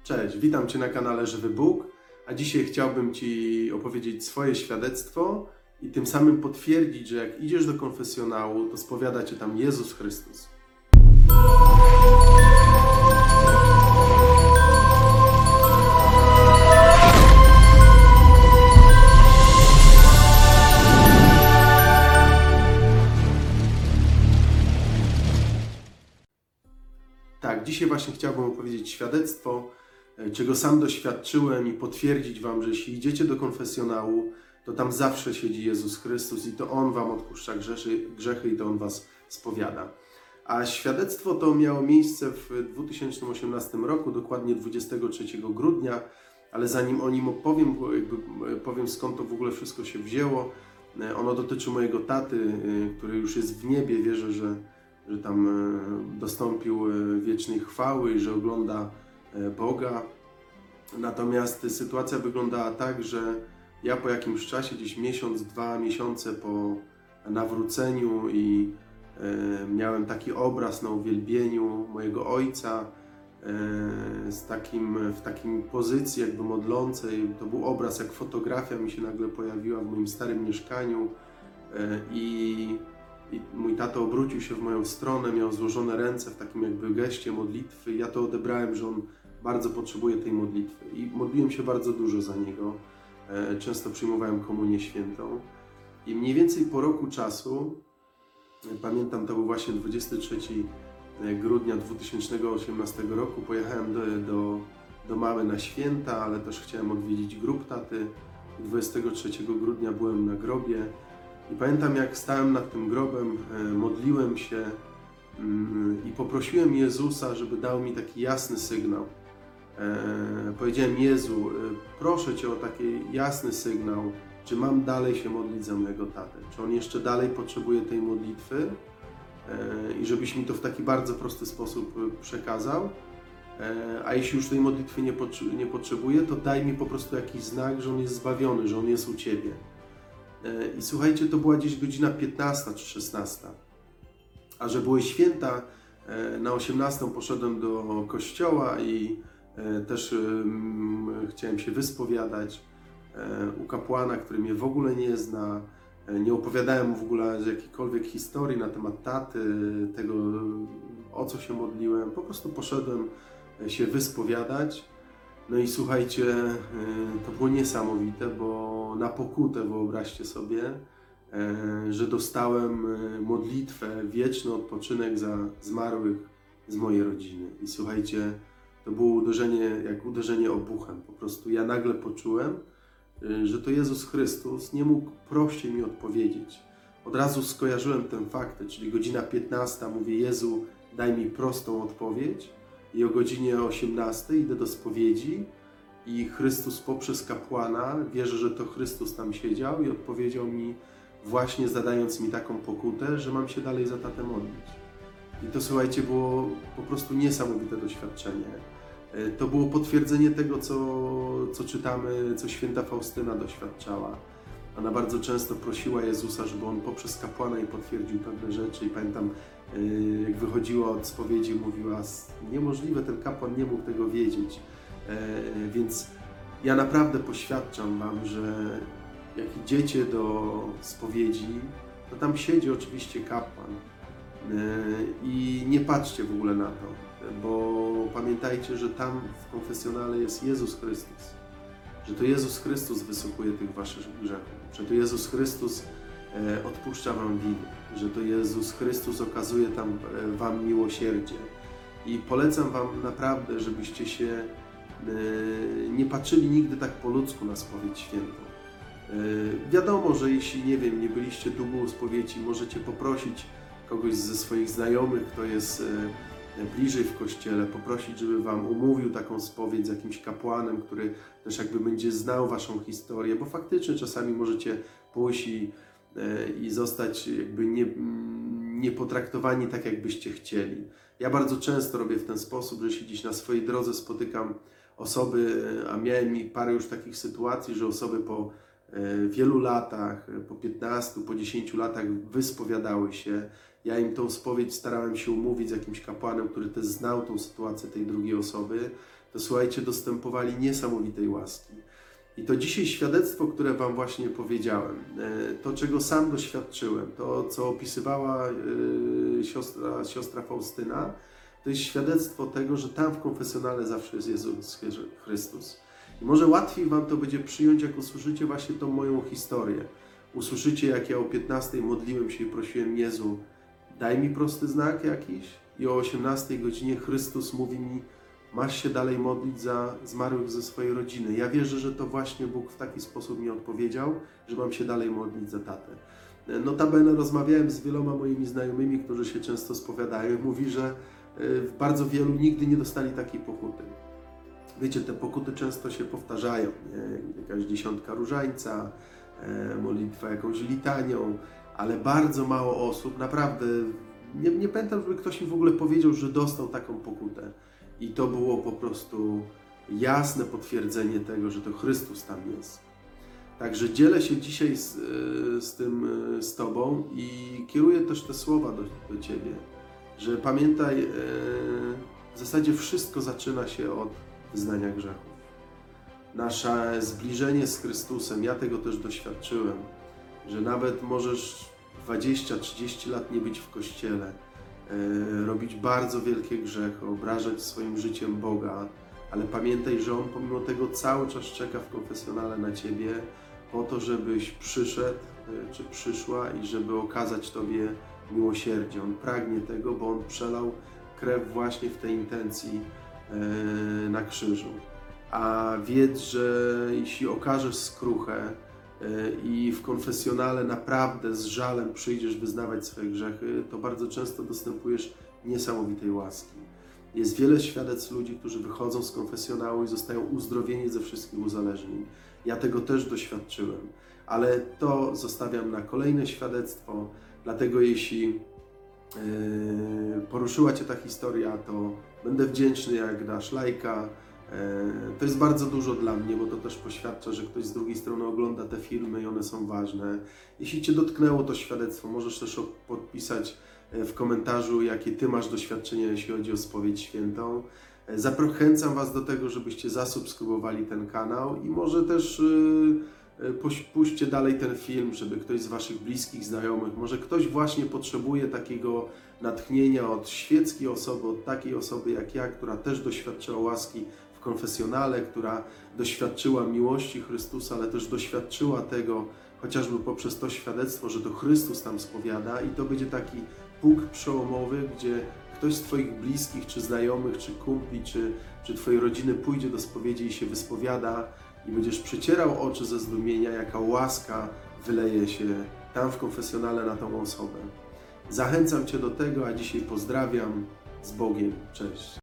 Cześć, witam Cię na kanale Żywy Bóg, a dzisiaj chciałbym Ci opowiedzieć swoje świadectwo i tym samym potwierdzić, że jak idziesz do konfesjonału, to spowiada Cię tam Jezus Chrystus. Tak, dzisiaj właśnie chciałbym opowiedzieć świadectwo, czego sam doświadczyłem i potwierdzić Wam, że jeśli idziecie do konfesjonału, to tam zawsze siedzi Jezus Chrystus i to On Wam odpuszcza grzechy i to On Was spowiada. A świadectwo to miało miejsce w 2018 roku, dokładnie 23 grudnia, ale zanim o nim opowiem, powiem skąd to w ogóle wszystko się wzięło. Ono dotyczy mojego taty, który już jest w niebie, wierzę, że tam dostąpił wiecznej chwały i że ogląda Boga. Natomiast sytuacja wyglądała tak, że ja po jakimś czasie, gdzieś miesiąc, 2 miesiące po nawróceniu i miałem taki obraz na uwielbieniu mojego ojca w takim pozycji jakby modlącej. To był obraz, jak fotografia mi się nagle pojawiła w moim starym mieszkaniu i mój tato obrócił się w moją stronę, miał złożone ręce w takim jakby geście modlitwy. Ja to odebrałem, że on bardzo potrzebuje tej modlitwy i modliłem się bardzo dużo za niego. Często przyjmowałem komunię świętą i mniej więcej po roku czasu, pamiętam, to był właśnie 23 grudnia 2018 roku, pojechałem do mamy na święta, ale też chciałem odwiedzić grób taty. 23 grudnia byłem na grobie. I pamiętam, jak stałem nad tym grobem, modliłem się i poprosiłem Jezusa, żeby dał mi taki jasny sygnał. Powiedziałem: Jezu, proszę Cię o taki jasny sygnał, czy mam dalej się modlić za mojego tatę, czy on jeszcze dalej potrzebuje tej modlitwy i żebyś mi to w taki bardzo prosty sposób przekazał, a jeśli już tej modlitwy nie potrzebuje, to daj mi po prostu jakiś znak, że on jest zbawiony, że on jest u Ciebie. I słuchajcie, to była gdzieś godzina 15 czy 16. A że były święta, na 18 poszedłem do kościoła i też chciałem się wyspowiadać u kapłana, który mnie w ogóle nie zna. Nie opowiadałem mu w ogóle jakiejkolwiek historii na temat taty, tego, o co się modliłem. Po prostu poszedłem się wyspowiadać. No i słuchajcie, to było niesamowite, bo na pokutę, wyobraźcie sobie, że dostałem modlitwę, wieczny odpoczynek za zmarłych z mojej rodziny. I słuchajcie, to było uderzenie, jak uderzenie obuchem. Po prostu ja nagle poczułem, że to Jezus Chrystus nie mógł prościej mi odpowiedzieć. Od razu skojarzyłem ten fakt, czyli godzina 15, mówię: Jezu, daj mi prostą odpowiedź. I o godzinie 18 idę do spowiedzi i Chrystus poprzez kapłana, wierzę, że to Chrystus tam siedział i odpowiedział mi, właśnie zadając mi taką pokutę, że mam się dalej za tatę modlić. I to, słuchajcie, było po prostu niesamowite doświadczenie. To było potwierdzenie tego, co czytamy, co święta Faustyna doświadczała. Ona bardzo często prosiła Jezusa, żeby On poprzez kapłana jej potwierdził pewne rzeczy i pamiętam, jak wychodziła od spowiedzi, mówiła: niemożliwe, ten kapłan nie mógł tego wiedzieć. Więc ja naprawdę poświadczam Wam, że jak idziecie do spowiedzi, to tam siedzi oczywiście kapłan i nie patrzcie w ogóle na to, bo pamiętajcie, że tam w konfesjonale jest Jezus Chrystus, że to Jezus Chrystus wysupuje tych Waszych grzechów, że to Jezus Chrystus odpuszcza Wam winy, że to Jezus Chrystus okazuje tam Wam miłosierdzie. I polecam Wam naprawdę, żebyście się nie patrzyli nigdy tak po ludzku na spowiedź świętą. Wiadomo, że jeśli, nie wiem, nie byliście długo u spowiedzi, możecie poprosić kogoś ze swoich znajomych, kto jest bliżej w kościele, poprosić, żeby Wam umówił taką spowiedź z jakimś kapłanem, który też jakby będzie znał Waszą historię, bo faktycznie czasami możecie pójść i zostać jakby nie potraktowani tak, jakbyście chcieli. Ja bardzo często robię w ten sposób, że się gdzieś na swojej drodze spotykam osoby, a miałem parę już takich sytuacji, że osoby po wielu latach, po 15, po 10 latach wyspowiadały się. Ja im tą spowiedź starałem się umówić z jakimś kapłanem, który też znał tą sytuację tej drugiej osoby. to słuchajcie, dostępowali niesamowitej łaski. I to dzisiaj świadectwo, które Wam właśnie powiedziałem, to czego sam doświadczyłem, to co opisywała siostra Faustyna, to jest świadectwo tego, że tam w konfesjonale zawsze jest Jezus Chrystus. I może łatwiej Wam to będzie przyjąć, jak usłyszycie właśnie tą moją historię. Usłyszycie, jak ja o 15 modliłem się i prosiłem: Jezu, daj mi prosty znak jakiś. I o 18 godzinie Chrystus mówi mi: masz się dalej modlić za zmarłych ze swojej rodziny. Ja wierzę, że to właśnie Bóg w taki sposób mi odpowiedział, że mam się dalej modlić za tatę. Notabene rozmawiałem z wieloma moimi znajomymi, którzy się często spowiadają, i mówi, że bardzo wielu nigdy nie dostali takiej pokuty. Wiecie, te pokuty często się powtarzają, nie? Jakaś 10 różańca, modlitwa jakąś litanią, ale bardzo mało osób, naprawdę, nie pamiętam, żeby ktoś mi w ogóle powiedział, że dostał taką pokutę. I to było po prostu jasne potwierdzenie tego, że to Chrystus tam jest. Także dzielę się dzisiaj z Tobą i kieruję też te słowa do Ciebie, że pamiętaj, w zasadzie wszystko zaczyna się od wyznania grzechów. Nasze zbliżenie z Chrystusem, ja tego też doświadczyłem, że nawet możesz 20-30 lat nie być w Kościele, robić bardzo wielkie grzechy, obrażać swoim życiem Boga, ale pamiętaj, że On pomimo tego cały czas czeka w konfesjonale na Ciebie po to, żebyś przyszedł czy przyszła i żeby okazać Tobie miłosierdzie. On pragnie tego, bo On przelał krew właśnie w tej intencji na krzyżu. A wiedz, że jeśli okażesz skruchę i w konfesjonale naprawdę z żalem przyjdziesz wyznawać swoje grzechy, to bardzo często dostępujesz niesamowitej łaski. Jest wiele świadectw ludzi, którzy wychodzą z konfesjonału i zostają uzdrowieni ze wszystkich uzależnień. Ja tego też doświadczyłem, ale to zostawiam na kolejne świadectwo, dlatego jeśli poruszyła Cię ta historia, to będę wdzięczny, jak dasz lajka. To jest bardzo dużo dla mnie, bo to też poświadcza, że ktoś z drugiej strony ogląda te filmy i one są ważne. Jeśli Cię dotknęło to świadectwo, możesz też podpisać w komentarzu, jakie Ty masz doświadczenia, jeśli chodzi o spowiedź świętą. Zachęcam Was do tego, żebyście zasubskrybowali ten kanał i może też puśćcie dalej ten film, żeby ktoś z Waszych bliskich, znajomych, może ktoś właśnie potrzebuje takiego natchnienia od świeckiej osoby, od takiej osoby jak ja, która też doświadczyła łaski w konfesjonale, która doświadczyła miłości Chrystusa, ale też doświadczyła tego chociażby poprzez to świadectwo, że to Chrystus tam spowiada, i to będzie taki punkt przełomowy, gdzie ktoś z Twoich bliskich, czy znajomych, czy kumpli, czy Twojej rodziny pójdzie do spowiedzi i się wyspowiada i będziesz przecierał oczy ze zdumienia, jaka łaska wyleje się tam w konfesjonale na tą osobę. Zachęcam Cię do tego, a dzisiaj pozdrawiam. Z Bogiem. Cześć.